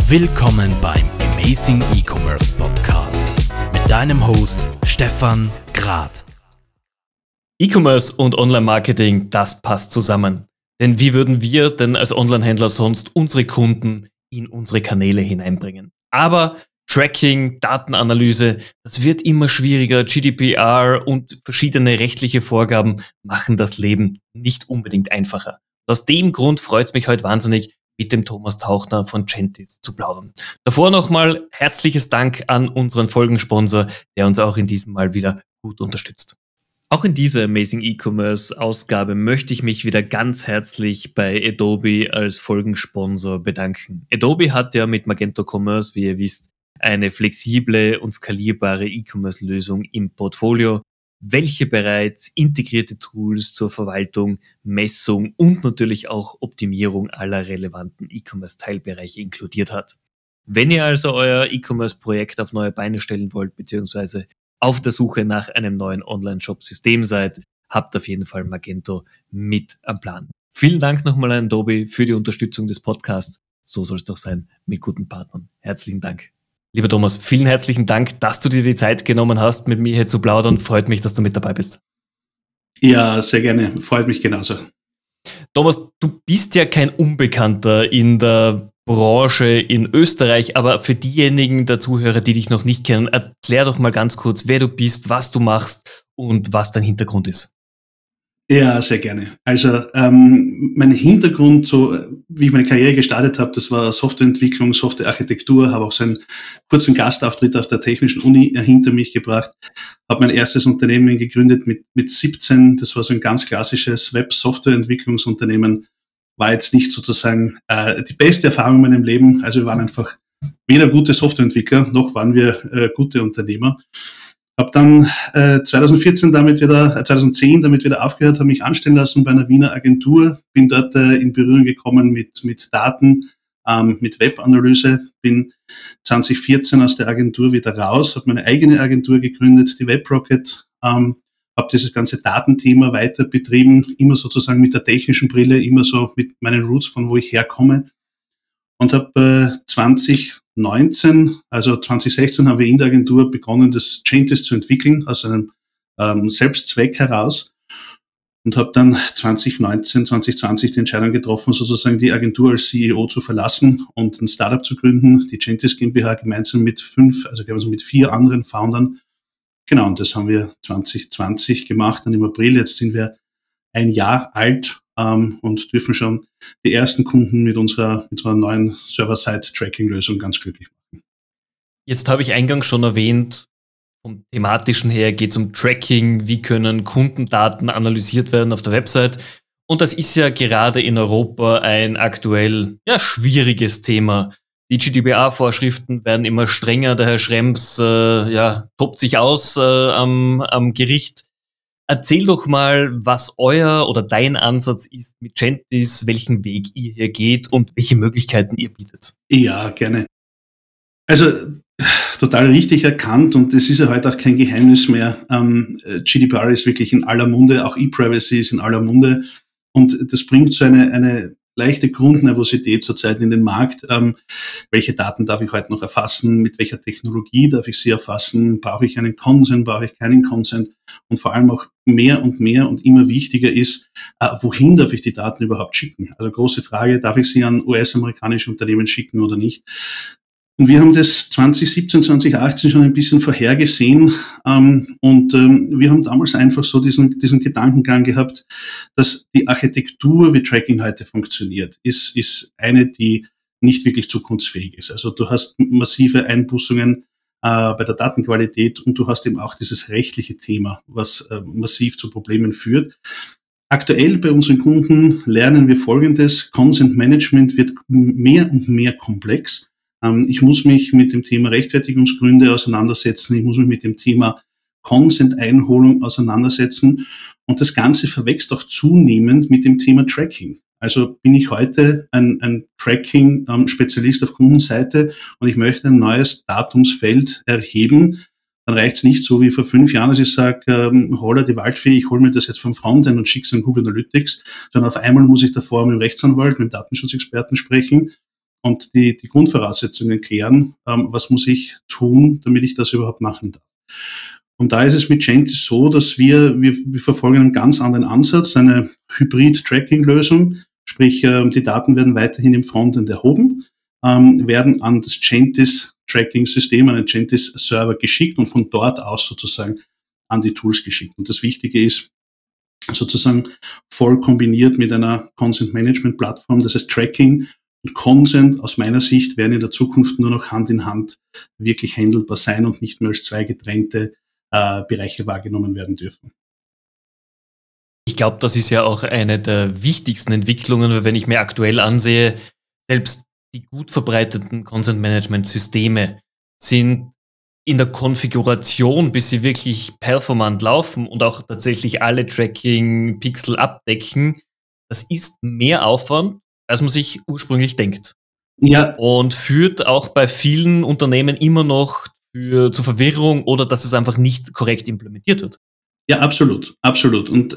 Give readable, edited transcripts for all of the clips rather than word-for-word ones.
Willkommen beim Amazing E-Commerce Podcast mit deinem Host Stefan Grad. E-Commerce und Online-Marketing, das passt zusammen. Denn wie würden wir denn als Online-Händler sonst unsere Kunden in unsere Kanäle hineinbringen? Aber Tracking, Datenanalyse, das wird immer schwieriger. GDPR und verschiedene rechtliche Vorgaben machen das Leben nicht unbedingt einfacher. Aus dem Grund freut es mich heute wahnsinnig, mit dem Thomas Tauchner von Gentis zu plaudern. Davor nochmal herzliches Dank an unseren Folgensponsor, der uns auch in diesem Mal wieder gut unterstützt. Auch in dieser Amazing E-Commerce Ausgabe möchte ich mich wieder ganz herzlich bei Adobe als Folgensponsor bedanken. Adobe hat ja mit Magento Commerce, wie ihr wisst, eine flexible und skalierbare E-Commerce-Lösung im Portfolio, welche bereits integrierte Tools zur Verwaltung, Messung und natürlich auch Optimierung aller relevanten E-Commerce-Teilbereiche inkludiert hat. Wenn ihr also euer E-Commerce-Projekt auf neue Beine stellen wollt, beziehungsweise auf der Suche nach einem neuen Online-Shop-System seid, habt auf jeden Fall Magento mit am Plan. Vielen Dank nochmal an Adobe für die Unterstützung des Podcasts. So soll es doch sein mit guten Partnern. Herzlichen Dank. Lieber Thomas, vielen herzlichen Dank, dass du dir die Zeit genommen hast, mit mir hier zu plaudern. Freut mich, dass du mit dabei bist. Ja, sehr gerne. Freut mich genauso. Thomas, du bist ja kein Unbekannter in der Branche in Österreich, aber für diejenigen der Zuhörer, die dich noch nicht kennen, erklär doch mal ganz kurz, wer du bist, was du machst und was dein Hintergrund ist. Ja, sehr gerne. Also mein Hintergrund, so wie ich meine Karriere gestartet habe, das war Softwareentwicklung, Softwarearchitektur, habe auch so einen kurzen Gastauftritt auf der Technischen Uni hinter mich gebracht, habe mein erstes Unternehmen gegründet mit 17, das war so ein ganz klassisches Web-Softwareentwicklungsunternehmen, war jetzt nicht sozusagen die beste Erfahrung in meinem Leben, also wir waren einfach weder gute Softwareentwickler, noch waren wir gute Unternehmer. Habe dann 2010 damit wieder aufgehört, habe mich anstellen lassen bei einer Wiener Agentur, bin dort in Berührung gekommen mit Daten, mit Webanalyse, bin 2014 aus der Agentur wieder raus, habe meine eigene Agentur gegründet, die WebRocket, habe dieses ganze Datenthema weiter betrieben, immer sozusagen mit der technischen Brille, immer so mit meinen Roots, von wo ich herkomme. Und habe 2019, also 2016 haben wir in der Agentur begonnen, das Gentis zu entwickeln, aus einem Selbstzweck heraus. Und habe dann 2019, 2020 die Entscheidung getroffen, sozusagen die Agentur als CEO zu verlassen und ein Startup zu gründen, die Gentis GmbH, gemeinsam mit 4 anderen Foundern. Genau, und das haben wir 2020 gemacht, dann im April. Jetzt sind wir ein Jahr alt und dürfen schon die ersten Kunden mit unserer neuen Server-Side-Tracking-Lösung ganz glücklich machen. Jetzt habe ich eingangs schon erwähnt, vom thematischen her geht es um Tracking, wie können Kundendaten analysiert werden auf der Website. Und das ist ja gerade in Europa ein aktuell schwieriges Thema. Die GDPR-Vorschriften werden immer strenger, der Herr Schrems tobt sich aus am Gericht. Erzähl doch mal, was euer oder dein Ansatz ist mit Gentis, welchen Weg ihr hier geht und welche Möglichkeiten ihr bietet. Ja, gerne. Also total richtig erkannt und es ist ja heute auch kein Geheimnis mehr. GDPR ist wirklich in aller Munde, auch E-Privacy ist in aller Munde und das bringt so eine leichte Grundnervosität zurzeit in den Markt. Welche Daten darf ich heute noch erfassen? Mit welcher Technologie darf ich sie erfassen? Brauche ich einen Consent? Brauche ich keinen Consent? Und vor allem auch mehr und immer wichtiger ist, wohin darf ich die Daten überhaupt schicken? Also große Frage, darf ich sie an US-amerikanische Unternehmen schicken oder nicht? Und wir haben das 2017, 2018 schon ein bisschen vorhergesehen wir haben damals einfach so diesen Gedankengang gehabt, dass die Architektur, wie Tracking heute funktioniert, ist eine, die nicht wirklich zukunftsfähig ist. Also du hast massive Einbußungen bei der Datenqualität und du hast eben auch dieses rechtliche Thema, was massiv zu Problemen führt. Aktuell bei unseren Kunden lernen wir Folgendes: Consent Management wird mehr und mehr komplex. Ich muss mich mit dem Thema Rechtfertigungsgründe auseinandersetzen. Ich muss mich mit dem Thema Consent-Einholung auseinandersetzen. Und das Ganze verwächst auch zunehmend mit dem Thema Tracking. Also bin ich heute ein Tracking-Spezialist auf Kundenseite und ich möchte ein neues Datumsfeld erheben, dann reicht es nicht so wie vor 5 Jahren, dass ich sage, holla die Waldfee, ich hole mir das jetzt vom Frontend und schicke es an Google Analytics, sondern auf einmal muss ich davor mit dem Rechtsanwalt, mit dem Datenschutzexperten sprechen. und die Grundvoraussetzungen klären, was muss ich tun, damit ich das überhaupt machen darf. Und da ist es mit Gentis so, dass wir verfolgen einen ganz anderen Ansatz, eine Hybrid-Tracking-Lösung, sprich die Daten werden weiterhin im Frontend erhoben, werden an das Gentis-Tracking-System, an den Gentis-Server geschickt und von dort aus sozusagen an die Tools geschickt. Und das Wichtige ist sozusagen voll kombiniert mit einer Consent-Management-Plattform, das heißt Tracking und Consent aus meiner Sicht werden in der Zukunft nur noch Hand in Hand wirklich handelbar sein und nicht mehr als zwei getrennte Bereiche wahrgenommen werden dürfen. Ich glaube, das ist ja auch eine der wichtigsten Entwicklungen, weil wenn ich mir aktuell ansehe, selbst die gut verbreiteten Consent-Management-Systeme sind in der Konfiguration, bis sie wirklich performant laufen und auch tatsächlich alle Tracking-Pixel abdecken, das ist mehr Aufwand, als man sich ursprünglich denkt. Ja. Und führt auch bei vielen Unternehmen immer noch zu Verwirrung oder dass es einfach nicht korrekt implementiert wird. Ja, absolut, absolut. Und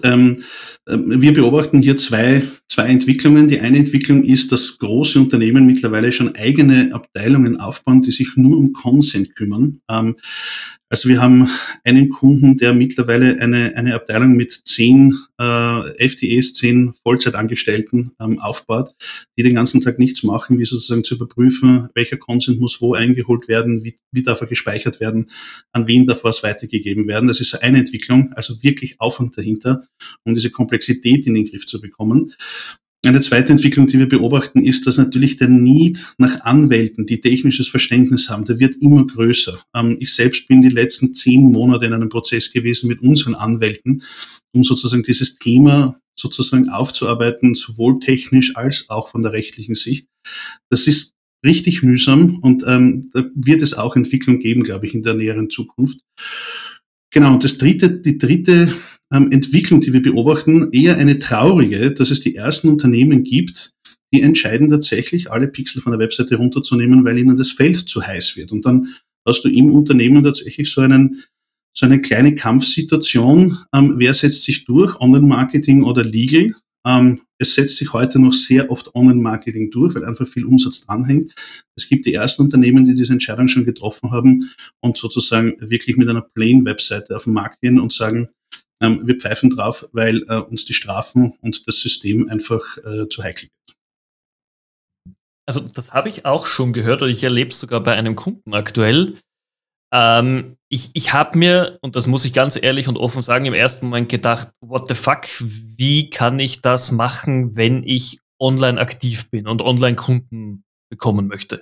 wir beobachten hier zwei Entwicklungen. Die eine Entwicklung ist, dass große Unternehmen mittlerweile schon eigene Abteilungen aufbauen, die sich nur um Consent kümmern. Also wir haben einen Kunden, der mittlerweile eine Abteilung mit 10 FTEs, 10 Vollzeitangestellten aufbaut, die den ganzen Tag nichts machen, wie sozusagen zu überprüfen, welcher Consent muss wo eingeholt werden, wie darf er gespeichert werden, an wen darf was weitergegeben werden. Das ist so eine Entwicklung, also wirklich Aufwand dahinter, um diese Komplexität in den Griff zu bekommen. Eine zweite Entwicklung, die wir beobachten, ist, dass natürlich der Need nach Anwälten, die technisches Verständnis haben, der wird immer größer. Ich selbst bin die letzten 10 Monate in einem Prozess gewesen mit unseren Anwälten, um sozusagen dieses Thema sozusagen aufzuarbeiten, sowohl technisch als auch von der rechtlichen Sicht. Das ist richtig mühsam und da wird es auch Entwicklung geben, glaube ich, in der näheren Zukunft. Genau, und die dritte Entwicklung, die wir beobachten, eher eine traurige, dass es die ersten Unternehmen gibt, die entscheiden tatsächlich, alle Pixel von der Webseite runterzunehmen, weil ihnen das Feld zu heiß wird. Und dann hast du im Unternehmen tatsächlich so eine kleine Kampfsituation. Wer setzt sich durch? Online-Marketing oder Legal? Es setzt sich heute noch sehr oft Online-Marketing durch, weil einfach viel Umsatz dranhängt. Es gibt die ersten Unternehmen, die diese Entscheidung schon getroffen haben und sozusagen wirklich mit einer Plain-Webseite auf den Markt gehen und sagen, wir pfeifen drauf, weil uns die Strafen und das System einfach zu heikel wird. Also das habe ich auch schon gehört oder ich erlebe es sogar bei einem Kunden aktuell. Ich habe mir, und das muss ich ganz ehrlich und offen sagen, im ersten Moment gedacht, what the fuck, wie kann ich das machen, wenn ich online aktiv bin und online Kunden bekommen möchte?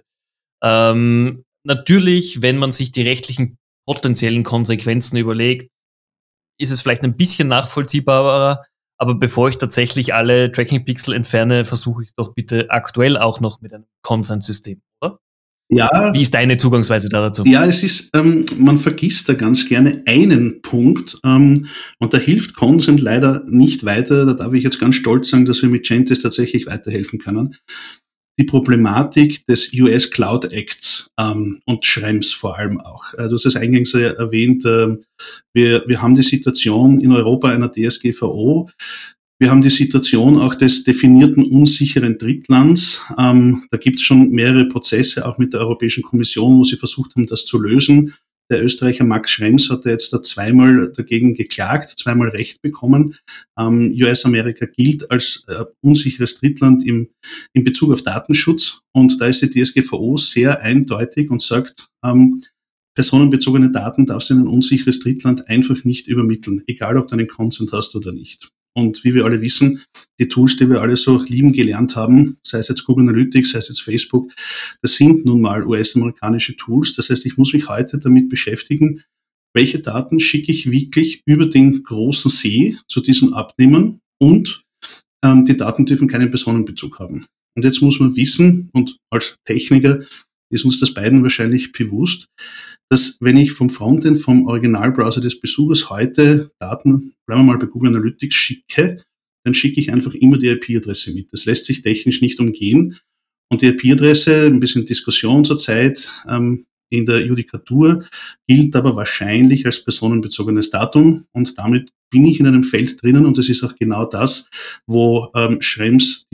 Natürlich, wenn man sich die rechtlichen potenziellen Konsequenzen überlegt, ist es vielleicht ein bisschen nachvollziehbarer, aber bevor ich tatsächlich alle Tracking-Pixel entferne, versuche ich es doch bitte aktuell auch noch mit einem Consent-System, oder? Ja. Wie ist deine Zugangsweise da dazu? Ja, es ist, man vergisst da ganz gerne einen Punkt und da hilft Consent leider nicht weiter. Da darf ich jetzt ganz stolz sagen, dass wir mit Gentis tatsächlich weiterhelfen können. Die Problematik des US Cloud Acts und Schrems vor allem auch. Du hast es eingangs erwähnt, wir haben die Situation in Europa einer DSGVO. Wir haben die Situation auch des definierten unsicheren Drittlands. Da gibt es schon mehrere Prozesse, auch mit der Europäischen Kommission, wo sie versucht haben, das zu lösen. Der Österreicher Max Schrems hat jetzt da zweimal dagegen geklagt, zweimal Recht bekommen. US-Amerika gilt als unsicheres Drittland in Bezug auf Datenschutz. Und da ist die DSGVO sehr eindeutig und sagt, personenbezogene Daten darfst du in ein unsicheres Drittland einfach nicht übermitteln, egal ob du einen Consent hast oder nicht. Und wie wir alle wissen, die Tools, die wir alle so lieben gelernt haben, sei es jetzt Google Analytics, sei es jetzt Facebook, das sind nun mal US-amerikanische Tools. Das heißt, ich muss mich heute damit beschäftigen, welche Daten schicke ich wirklich über den großen See zu diesen Abnehmern und die Daten dürfen keinen Personenbezug haben. Und jetzt muss man wissen, und als Techniker ist uns das beiden wahrscheinlich bewusst, dass wenn ich vom Frontend, vom Originalbrowser des Besuchers heute Daten, bleiben wir mal bei Google Analytics, schicke, dann schicke ich einfach immer die IP-Adresse mit. Das lässt sich technisch nicht umgehen. Und die IP-Adresse, ein bisschen Diskussion zurzeit in der Judikatur, gilt aber wahrscheinlich als personenbezogenes Datum und damit bin ich in einem Feld drinnen und das ist auch genau das, wo Schrems die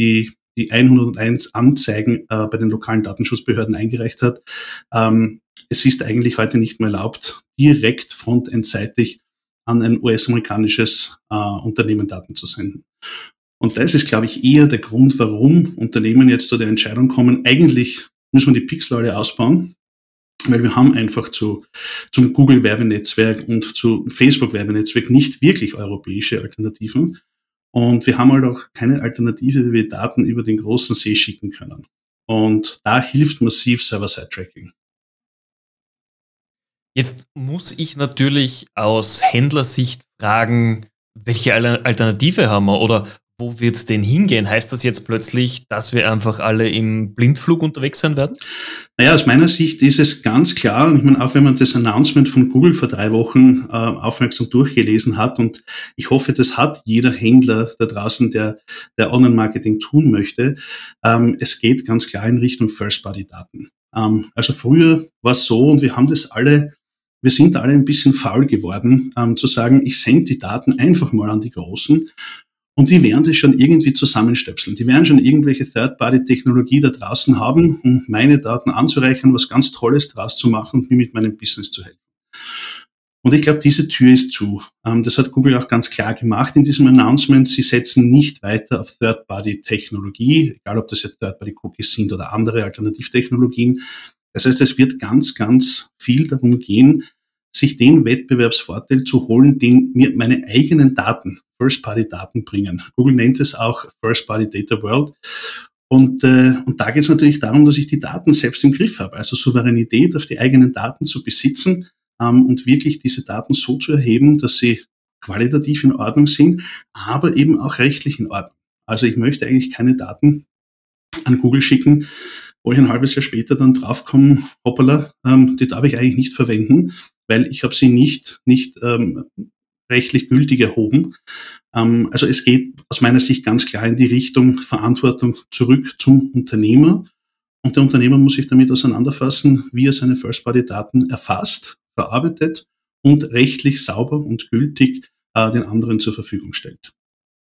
die 101 Anzeigen bei den lokalen Datenschutzbehörden eingereicht hat. Es ist eigentlich heute nicht mehr erlaubt, direkt frontendseitig an ein US-amerikanisches Unternehmen Daten zu senden. Und das ist, glaube ich, eher der Grund, warum Unternehmen jetzt zu der Entscheidung kommen, eigentlich müssen wir die Pixel alle ausbauen, weil wir haben einfach zum Google-Werbenetzwerk und zu Facebook-Werbenetzwerk nicht wirklich europäische Alternativen. Und wir haben halt auch keine Alternative, wie wir Daten über den großen See schicken können. Und da hilft massiv Server-Side-Tracking. Jetzt muss ich natürlich aus Händlersicht fragen, welche Alternative haben wir oder wo wird es denn hingehen? Heißt das jetzt plötzlich, dass wir einfach alle im Blindflug unterwegs sein werden? Naja, aus meiner Sicht ist es ganz klar, und ich meine, auch wenn man das Announcement von Google vor 3 Wochen aufmerksam durchgelesen hat, und ich hoffe, das hat jeder Händler da draußen, der Online-Marketing tun möchte, es geht ganz klar in Richtung First-Party-Daten. Also früher war es so, und wir sind alle ein bisschen faul geworden, zu sagen, ich sende die Daten einfach mal an die Großen. Und die werden sich schon irgendwie zusammenstöpseln. Die werden schon irgendwelche Third-Party-Technologie da draußen haben, um meine Daten anzureichern, was ganz Tolles draus zu machen und mir mit meinem Business zu helfen. Und ich glaube, diese Tür ist zu. Das hat Google auch ganz klar gemacht in diesem Announcement. Sie setzen nicht weiter auf Third-Party-Technologie, egal ob das jetzt Third-Party-Cookies sind oder andere Alternativtechnologien. Das heißt, es wird ganz, ganz viel darum gehen, sich den Wettbewerbsvorteil zu holen, den mir meine eigenen Daten, First-Party-Daten bringen. Google nennt es auch First-Party-Data World. Und da geht es natürlich darum, dass ich die Daten selbst im Griff habe. Also Souveränität auf die eigenen Daten zu besitzen und wirklich diese Daten so zu erheben, dass sie qualitativ in Ordnung sind, aber eben auch rechtlich in Ordnung. Also ich möchte eigentlich keine Daten an Google schicken, wo ich ein halbes Jahr später dann draufkomme, hoppala, die darf ich eigentlich nicht verwenden, weil ich habe sie nicht rechtlich gültig erhoben. Also es geht aus meiner Sicht ganz klar in die Richtung Verantwortung zurück zum Unternehmer. Und der Unternehmer muss sich damit auseinanderfassen, wie er seine First-Party-Daten erfasst, verarbeitet und rechtlich sauber und gültig den anderen zur Verfügung stellt.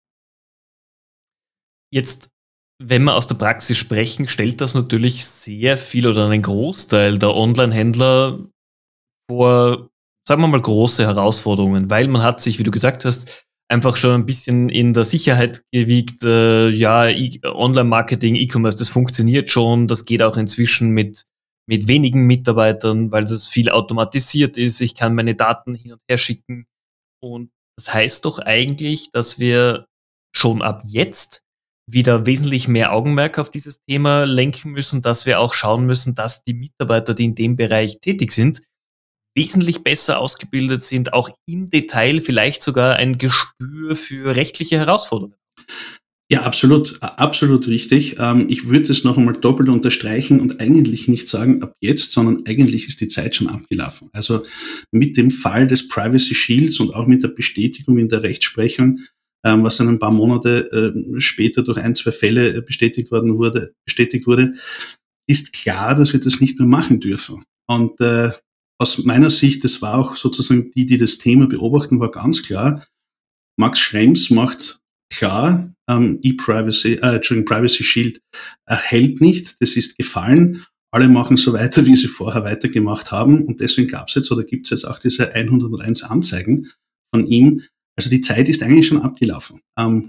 Jetzt, wenn wir aus der Praxis sprechen, stellt das natürlich sehr viel oder einen Großteil der Online-Händler vor, sagen wir mal, große Herausforderungen, weil man hat sich, wie du gesagt hast, einfach schon ein bisschen in der Sicherheit gewiegt, Online-Marketing, E-Commerce, das funktioniert schon, das geht auch inzwischen mit wenigen Mitarbeitern, weil das viel automatisiert ist, ich kann meine Daten hin und her schicken und das heißt doch eigentlich, dass wir schon ab jetzt wieder wesentlich mehr Augenmerk auf dieses Thema lenken müssen, dass wir auch schauen müssen, dass die Mitarbeiter, die in dem Bereich tätig sind, wesentlich besser ausgebildet sind, auch im Detail vielleicht sogar ein Gespür für rechtliche Herausforderungen. Ja, absolut richtig. Ich würde es noch einmal doppelt unterstreichen und eigentlich nicht sagen ab jetzt, sondern eigentlich ist die Zeit schon abgelaufen. Also mit dem Fall des Privacy Shields und auch mit der Bestätigung in der Rechtsprechung, was dann ein paar Monate später durch 1, 2 Fälle bestätigt wurde, ist klar, dass wir das nicht mehr machen dürfen. Und aus meiner Sicht, das war auch sozusagen die das Thema beobachten, war ganz klar, Max Schrems macht klar, Privacy Shield hält nicht, das ist gefallen. Alle machen so weiter, wie sie vorher weitergemacht haben. Und deswegen gibt es jetzt auch diese 101 Anzeigen von ihm. Also die Zeit ist eigentlich schon abgelaufen.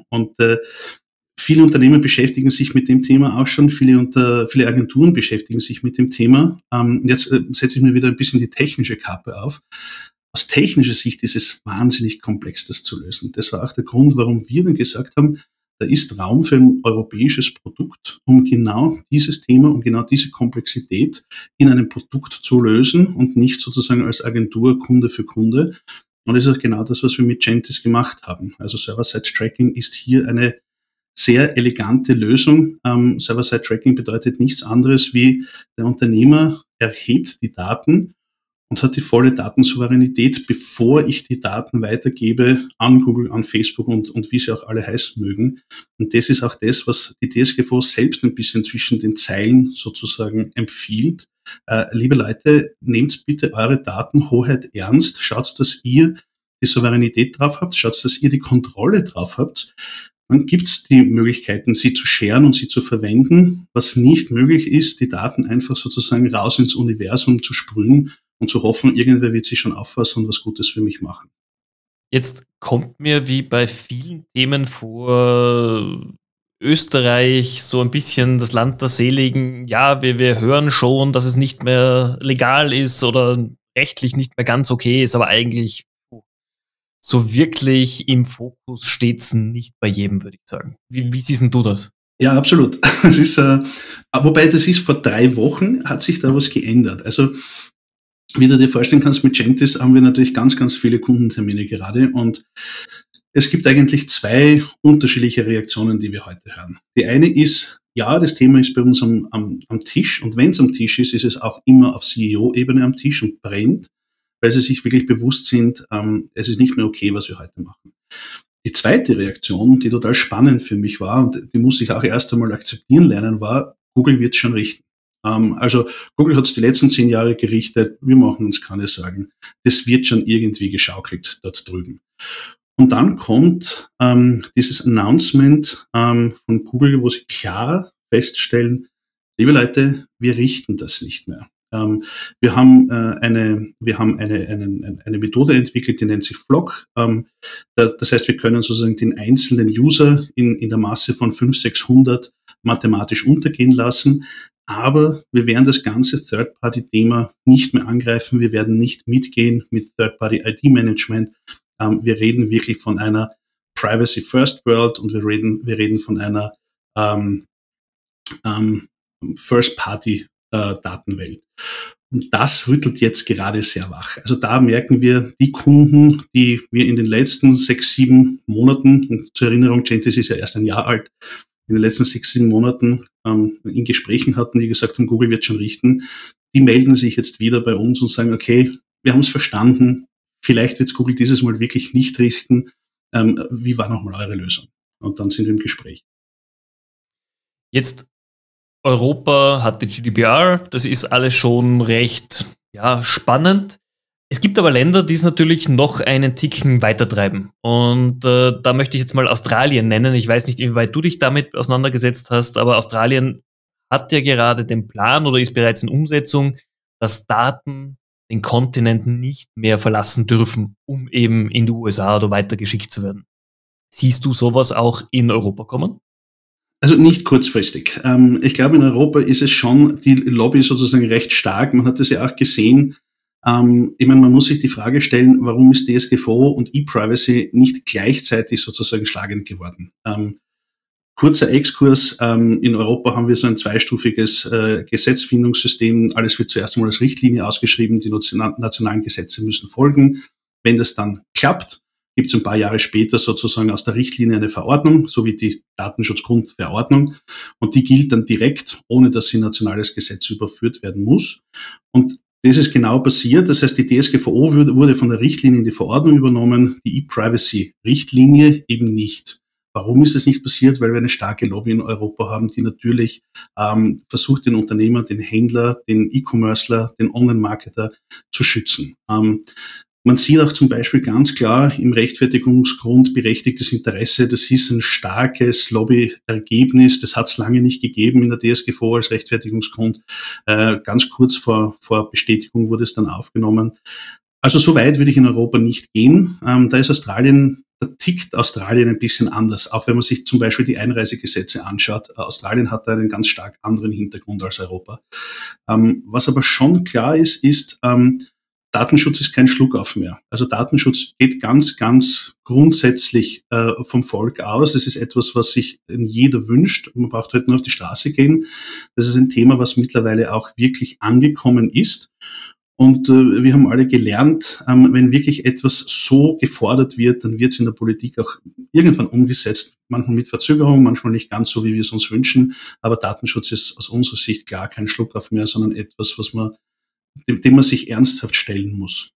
Viele Unternehmen beschäftigen sich mit dem Thema auch schon, viele Agenturen beschäftigen sich mit dem Thema. Jetzt setze ich mir wieder ein bisschen die technische Kappe auf. Aus technischer Sicht ist es wahnsinnig komplex, das zu lösen. Das war auch der Grund, warum wir dann gesagt haben, da ist Raum für ein europäisches Produkt, um genau dieses Thema, um genau diese Komplexität in einem Produkt zu lösen und nicht sozusagen als Agentur Kunde für Kunde. Und das ist auch genau das, was wir mit Gentis gemacht haben. Also Server-Side-Tracking ist hier eine sehr elegante Lösung. Server-Side-Tracking bedeutet nichts anderes wie der Unternehmer erhebt die Daten und hat die volle Datensouveränität, bevor ich die Daten weitergebe an Google, an Facebook und wie sie auch alle heißen mögen. Und das ist auch das, was die DSGVO selbst ein bisschen zwischen den Zeilen sozusagen empfiehlt. Liebe Leute, nehmt bitte eure Datenhoheit ernst. Schaut, dass ihr die Souveränität drauf habt. Schaut, dass ihr die Kontrolle drauf habt. dann gibt es die Möglichkeiten, sie zu scheren und sie zu verwenden. Was nicht möglich ist, die Daten einfach sozusagen raus ins Universum zu sprühen und zu hoffen, irgendwer wird sie schon auffassen und was Gutes für mich machen. Jetzt kommt mir wie bei vielen Themen vor, Österreich so ein bisschen das Land der Seligen. Ja, wir hören schon, dass es nicht mehr legal ist oder rechtlich nicht mehr ganz okay ist, aber eigentlich so wirklich im Fokus steht's nicht bei jedem, würde ich sagen. Wie siehst denn du das? Ja, absolut. Es ist, wobei das ist vor 3 Wochen hat sich da was geändert. Also wie du dir vorstellen kannst, mit Gentis haben wir natürlich ganz, ganz viele Kundentermine gerade und es gibt eigentlich 2 unterschiedliche Reaktionen, die wir heute hören. Die eine ist, ja, das Thema ist bei uns am Tisch und wenn es am Tisch ist es auch immer auf CEO-Ebene am Tisch und brennt, weil sie sich wirklich bewusst sind, es ist nicht mehr okay, was wir heute machen. Die zweite Reaktion, die total spannend für mich war und die muss ich auch erst einmal akzeptieren lernen, war, Google wird schon richten. Also Google hat es die letzten 10 Jahre gerichtet, wir machen uns keine Sorgen. Das wird schon irgendwie geschaukelt dort drüben. Und dann kommt dieses Announcement von Google, wo sie klar feststellen, liebe Leute, wir richten das nicht mehr. Wir haben eine Methode entwickelt, die nennt sich Flock. Das heißt, wir können sozusagen den einzelnen User in der Masse von 500, 600 mathematisch untergehen lassen. Aber wir werden das ganze Third-Party-Thema nicht mehr angreifen. Wir werden nicht mitgehen mit Third-Party-ID-Management. Wir reden wirklich von einer Privacy-First-World und wir reden von einer First-Party-Datenwelt. Und das rüttelt jetzt gerade sehr wach. Also da merken wir, die Kunden, die wir in den letzten 6, 7 Monaten, und zur Erinnerung, Gentis ist ja erst ein Jahr alt, in den letzten 6, 7 Monaten in Gesprächen hatten, die gesagt haben, Google wird schon richten, die melden sich jetzt wieder bei uns und sagen, okay, wir haben es verstanden, vielleicht wird es Google dieses Mal wirklich nicht richten. Wie war nochmal eure Lösung? Und dann sind wir im Gespräch. Jetzt Europa hat die GDPR, das ist alles schon recht spannend. Es gibt aber Länder, die es natürlich noch einen Ticken weitertreiben. Und da möchte ich jetzt mal Australien nennen. Ich weiß nicht, inwieweit du dich damit auseinandergesetzt hast, aber Australien hat ja gerade den Plan oder ist bereits in Umsetzung, dass Daten den Kontinent nicht mehr verlassen dürfen, um eben in die USA oder weitergeschickt zu werden. Siehst du sowas auch in Europa kommen? Also nicht kurzfristig. Ich glaube, in Europa ist es schon die Lobby sozusagen recht stark. Man hat das ja auch gesehen. Ich meine, man muss sich die Frage stellen, warum ist DSGVO und E-Privacy nicht gleichzeitig sozusagen schlagend geworden? Kurzer Exkurs. In Europa haben wir so ein zweistufiges Gesetzfindungssystem. Alles wird zuerst einmal als Richtlinie ausgeschrieben. Die nationalen Gesetze müssen folgen. Wenn das dann klappt, gibt es ein paar Jahre später sozusagen aus der Richtlinie eine Verordnung, so wie die Datenschutzgrundverordnung. Und die gilt dann direkt, ohne dass sie in nationales Gesetz überführt werden muss. Und das ist genau passiert. Das heißt, die DSGVO wurde von der Richtlinie in die Verordnung übernommen, die E-Privacy-Richtlinie eben nicht. Warum ist es nicht passiert? Weil wir eine starke Lobby in Europa haben, die natürlich versucht, den Unternehmer, den Händler, den E-Commercer, den Online-Marketer zu schützen. Man sieht auch zum Beispiel ganz klar im Rechtfertigungsgrund berechtigtes Interesse. Das ist ein starkes Lobbyergebnis. Das hat es lange nicht gegeben in der DSGVO als Rechtfertigungsgrund. Ganz kurz vor Bestätigung wurde es dann aufgenommen. Also so weit würde ich in Europa nicht gehen. Da tickt Australien ein bisschen anders, auch wenn man sich zum Beispiel die Einreisegesetze anschaut. Australien hat da einen ganz stark anderen Hintergrund als Europa. Was aber schon klar ist, Datenschutz ist kein Schluckauf mehr. Also Datenschutz geht ganz, ganz grundsätzlich vom Volk aus. Das ist etwas, was sich jeder wünscht. Man braucht halt nur auf die Straße gehen. Das ist ein Thema, was mittlerweile auch wirklich angekommen ist. Und wir haben alle gelernt, wenn wirklich etwas so gefordert wird, dann wird es in der Politik auch irgendwann umgesetzt. Manchmal mit Verzögerung, manchmal nicht ganz so, wie wir es uns wünschen. Aber Datenschutz ist aus unserer Sicht klar kein Schluckauf mehr, sondern etwas, dem man sich ernsthaft stellen muss.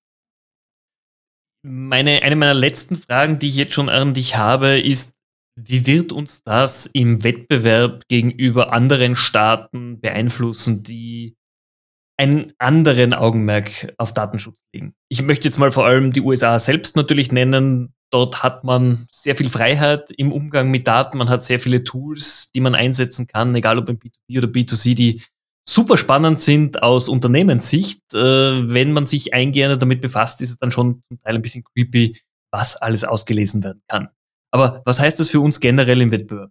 Eine meiner letzten Fragen, die ich jetzt schon an dich habe, ist, wie wird uns das im Wettbewerb gegenüber anderen Staaten beeinflussen, die einen anderen Augenmerk auf Datenschutz legen? Ich möchte jetzt mal vor allem die USA selbst natürlich nennen. Dort hat man sehr viel Freiheit im Umgang mit Daten. Man hat sehr viele Tools, die man einsetzen kann, egal ob im B2B oder B2C, die super spannend sind aus Unternehmenssicht. Wenn man sich eingehender damit befasst, ist es dann schon zum Teil ein bisschen creepy, was alles ausgelesen werden kann. Aber was heißt das für uns generell im Wettbewerb?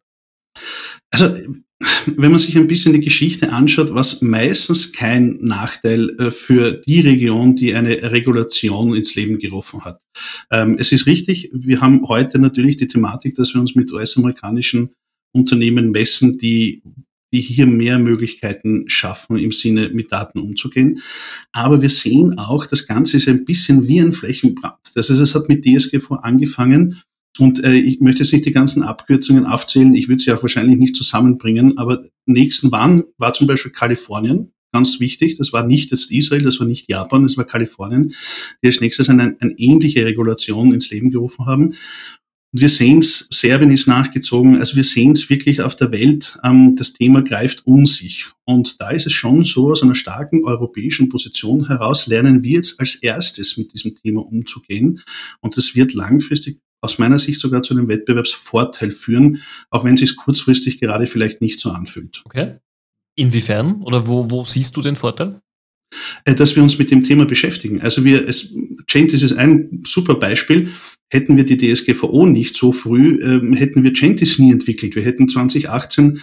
Also, wenn man sich ein bisschen die Geschichte anschaut, was meistens kein Nachteil für die Region, die eine Regulation ins Leben gerufen hat. Es ist richtig, wir haben heute natürlich die Thematik, dass wir uns mit US-amerikanischen Unternehmen messen, die hier mehr Möglichkeiten schaffen, im Sinne mit Daten umzugehen. Aber wir sehen auch, das Ganze ist ein bisschen wie ein Flächenbrand. Das heißt, es hat mit DSGVO angefangen. Und ich möchte jetzt nicht die ganzen Abkürzungen aufzählen, ich würde sie auch wahrscheinlich nicht zusammenbringen, aber nächsten war zum Beispiel Kalifornien, ganz wichtig, das war nicht jetzt Israel, das war nicht Japan, das war Kalifornien, die als nächstes eine ähnliche Regulation ins Leben gerufen haben. Und wir sehen es, Serbien ist nachgezogen, also wir sehen es wirklich auf der Welt, das Thema greift um sich. Und da ist es schon so, aus einer starken europäischen Position heraus lernen wir jetzt als erstes mit diesem Thema umzugehen. Und das wird langfristig aus meiner Sicht sogar zu einem Wettbewerbsvorteil führen, auch wenn es sich kurzfristig gerade vielleicht nicht so anfühlt. Okay. Inwiefern? Oder wo siehst du den Vorteil? Dass wir uns mit dem Thema beschäftigen. Also Gentis ist ein super Beispiel. Hätten wir die DSGVO nicht so früh, hätten wir Gentis nie entwickelt. Wir hätten 2018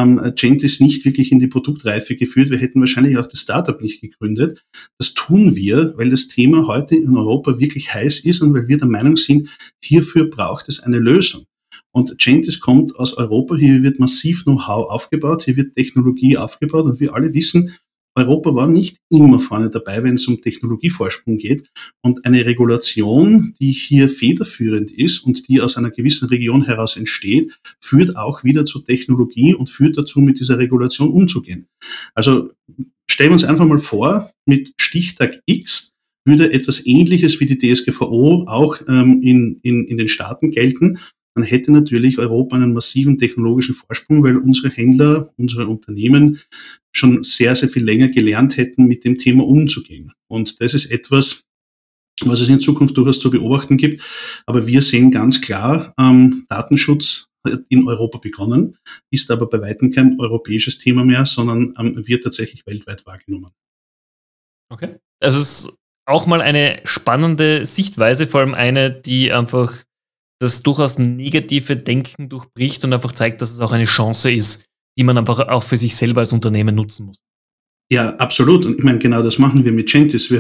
Gentis nicht wirklich in die Produktreife geführt. Wir hätten wahrscheinlich auch das Startup nicht gegründet. Das tun wir, weil das Thema heute in Europa wirklich heiß ist und weil wir der Meinung sind, hierfür braucht es eine Lösung. Und Gentis kommt aus Europa. Hier wird massiv Know-how aufgebaut, hier wird Technologie aufgebaut und wir alle wissen, Europa war nicht immer vorne dabei, wenn es um Technologievorsprung geht. Und eine Regulation, die hier federführend ist und die aus einer gewissen Region heraus entsteht, führt auch wieder zu Technologie und führt dazu, mit dieser Regulation umzugehen. Also stellen wir uns einfach mal vor, mit Stichtag X würde etwas Ähnliches wie die DSGVO auch in den Staaten gelten. Dann hätte natürlich Europa einen massiven technologischen Vorsprung, weil unsere Händler, unsere Unternehmen schon sehr, sehr viel länger gelernt hätten, mit dem Thema umzugehen. Und das ist etwas, was es in Zukunft durchaus zu beobachten gibt. Aber wir sehen ganz klar, Datenschutz hat in Europa begonnen, ist aber bei weitem kein europäisches Thema mehr, sondern wird tatsächlich weltweit wahrgenommen. Okay. Es ist auch mal eine spannende Sichtweise, vor allem eine, die einfach das durchaus negative Denken durchbricht und einfach zeigt, dass es auch eine Chance ist, die man einfach auch für sich selber als Unternehmen nutzen muss. Ja, absolut. Und ich meine, genau das machen wir mit Gentis.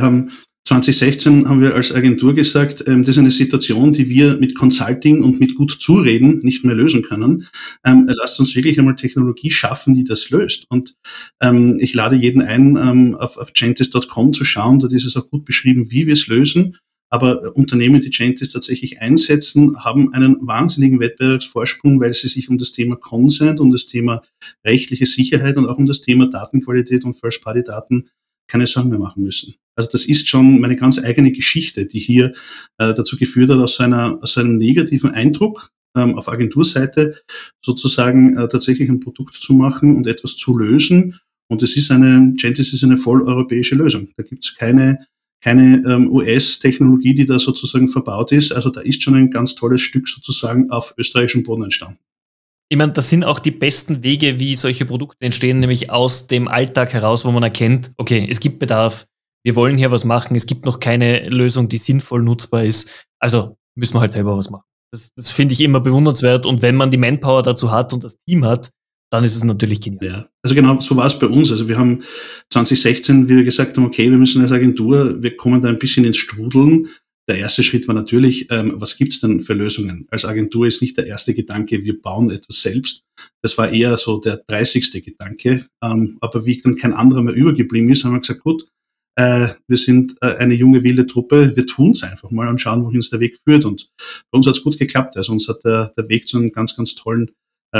2016 haben wir als Agentur gesagt, das ist eine Situation, die wir mit Consulting und mit gut Zureden nicht mehr lösen können. Lasst uns wirklich einmal Technologie schaffen, die das löst. Und ich lade jeden ein, auf gentis.com zu schauen. Dort ist es auch gut beschrieben, wie wir es lösen. Aber Unternehmen, die Gentis tatsächlich einsetzen, haben einen wahnsinnigen Wettbewerbsvorsprung, weil sie sich um das Thema Consent, um das Thema rechtliche Sicherheit und auch um das Thema Datenqualität und First-Party-Daten keine Sorgen mehr machen müssen. Also das ist schon meine ganz eigene Geschichte, die hier dazu geführt hat, aus einem negativen Eindruck auf Agenturseite sozusagen tatsächlich ein Produkt zu machen und etwas zu lösen. Und Gentis ist eine voll europäische Lösung. Da gibt es keine US-Technologie, die da sozusagen verbaut ist. Also da ist schon ein ganz tolles Stück sozusagen auf österreichischem Boden entstanden. Ich meine, das sind auch die besten Wege, wie solche Produkte entstehen, nämlich aus dem Alltag heraus, wo man erkennt, okay, es gibt Bedarf, wir wollen hier was machen, es gibt noch keine Lösung, die sinnvoll nutzbar ist, also müssen wir halt selber was machen. Das finde ich immer bewundernswert und wenn man die Manpower dazu hat und das Team hat, dann ist es natürlich genial. Ja, also genau, so war es bei uns. Also wir haben 2016, wie wir gesagt haben, okay, wir müssen als Agentur, wir kommen da ein bisschen ins Strudeln. Der erste Schritt war natürlich, was gibt's denn für Lösungen? Als Agentur ist nicht der erste Gedanke, wir bauen etwas selbst. Das war eher so der 30. Gedanke. Aber wie dann kein anderer mehr übergeblieben ist, haben wir gesagt, gut, wir sind eine junge, wilde Truppe, wir tun's einfach mal und schauen, wohin uns der Weg führt. Und bei uns hat's gut geklappt. Also uns hat der Weg zu einem ganz, ganz tollen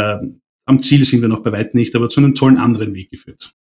am Ziel sind wir noch bei weitem nicht, aber zu einem tollen anderen Weg geführt.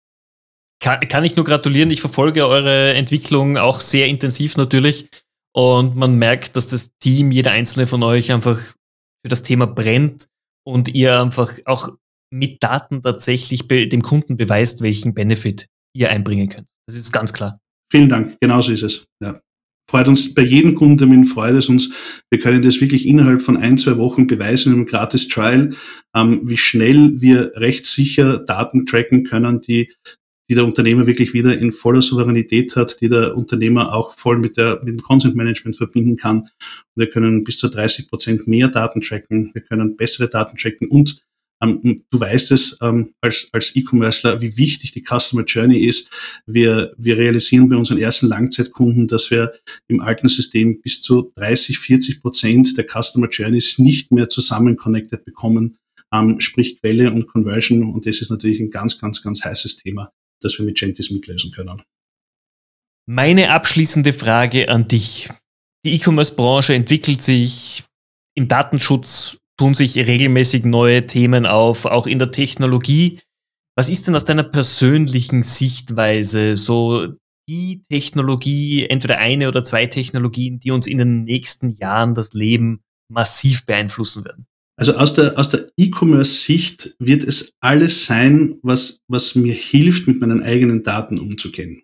Kann ich nur gratulieren. Ich verfolge eure Entwicklung auch sehr intensiv natürlich. Und man merkt, dass das Team, jeder einzelne von euch einfach für das Thema brennt und ihr einfach auch mit Daten tatsächlich dem Kunden beweist, welchen Benefit ihr einbringen könnt. Das ist ganz klar. Vielen Dank. Genauso ist es. Ja. freut uns bei jedem Kundentermin, freut es uns. Wir können das wirklich innerhalb von 1-2 Wochen beweisen in einem Gratis-Trial, wie schnell wir rechtssicher Daten tracken können, die der Unternehmer wirklich wieder in voller Souveränität hat, die der Unternehmer auch voll mit dem Consent Management verbinden kann. Und wir können bis zu 30% mehr Daten tracken, wir können bessere Daten tracken und du weißt es als E-Commercer, wie wichtig die Customer Journey ist. Wir realisieren bei unseren ersten Langzeitkunden, dass wir im alten System bis zu 30-40% der Customer Journeys nicht mehr zusammen connected bekommen, sprich Quelle und Conversion. Und das ist natürlich ein ganz, ganz, ganz heißes Thema, das wir mit Gentis mitlösen können. Meine abschließende Frage an dich. Die E-Commerce-Branche entwickelt sich, im Datenschutz tun sich regelmäßig neue Themen auf, auch in der Technologie. Was ist denn aus deiner persönlichen Sichtweise so die Technologie, entweder eine oder zwei Technologien, die uns in den nächsten Jahren das Leben massiv beeinflussen werden? Also aus der E-Commerce-Sicht wird es alles sein, was mir hilft, mit meinen eigenen Daten umzugehen.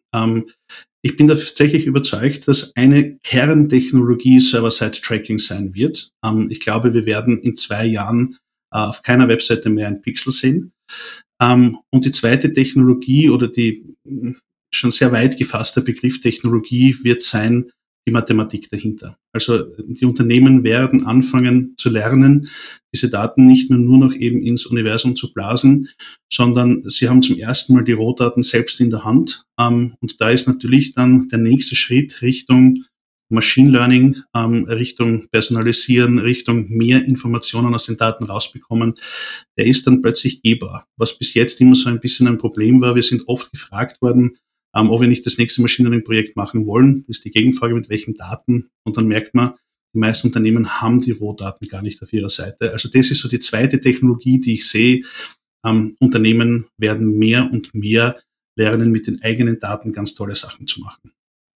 Ich bin da tatsächlich überzeugt, dass eine Kerntechnologie Server-Side-Tracking sein wird. Ich glaube, wir werden in 2 Jahren auf keiner Webseite mehr ein Pixel sehen. Und die zweite Technologie oder die schon sehr weit gefasste Begriff Technologie wird sein, die Mathematik dahinter. Also die Unternehmen werden anfangen zu lernen, diese Daten nicht mehr nur noch eben ins Universum zu blasen, sondern sie haben zum ersten Mal die Rohdaten selbst in der Hand. Und da ist natürlich dann der nächste Schritt Richtung Machine Learning, Richtung Personalisieren, Richtung mehr Informationen aus den Daten rausbekommen. Der ist dann plötzlich gehbar, was bis jetzt immer so ein bisschen ein Problem war. Wir sind oft gefragt worden, ob wir nicht das nächste Machine Learning-Projekt machen wollen, ist die Gegenfrage, mit welchen Daten. Und dann merkt man, die meisten Unternehmen haben die Rohdaten gar nicht auf ihrer Seite. Also das ist so die zweite Technologie, die ich sehe. Unternehmen werden mehr und mehr lernen, mit den eigenen Daten ganz tolle Sachen zu machen.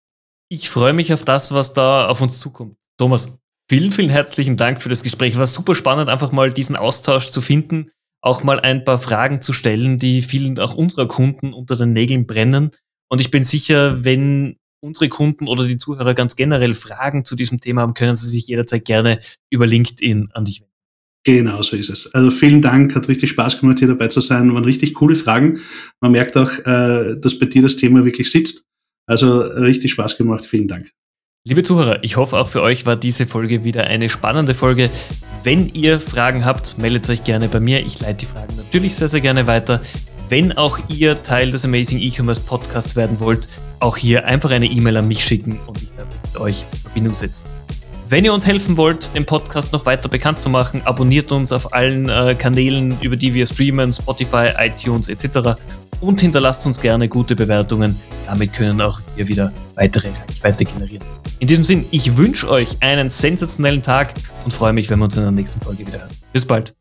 Ich freue mich auf das, was da auf uns zukommt. Thomas, vielen, vielen herzlichen Dank für das Gespräch. War super spannend, einfach mal diesen Austausch zu finden, auch mal ein paar Fragen zu stellen, die vielen auch unserer Kunden unter den Nägeln brennen. Und ich bin sicher, wenn unsere Kunden oder die Zuhörer ganz generell Fragen zu diesem Thema haben, können sie sich jederzeit gerne über LinkedIn an dich wenden. Genau so ist es. Also vielen Dank, hat richtig Spaß gemacht, hier dabei zu sein. Waren richtig coole Fragen. Man merkt auch, dass bei dir das Thema wirklich sitzt. Also richtig Spaß gemacht. Vielen Dank. Liebe Zuhörer, ich hoffe, auch für euch war diese Folge wieder eine spannende Folge. Wenn ihr Fragen habt, meldet euch gerne bei mir. Ich leite die Fragen natürlich sehr, sehr gerne weiter. Wenn auch ihr Teil des Amazing E-Commerce Podcasts werden wollt, auch hier einfach eine E-Mail an mich schicken und ich werde mit euch in Verbindung setzen. Wenn ihr uns helfen wollt, den Podcast noch weiter bekannt zu machen, abonniert uns auf allen Kanälen, über die wir streamen, Spotify, iTunes etc. und hinterlasst uns gerne gute Bewertungen. Damit können auch wir wieder weitere Reichweite generieren. In diesem Sinn, ich wünsche euch einen sensationellen Tag und freue mich, wenn wir uns in der nächsten Folge wieder hören. Bis bald.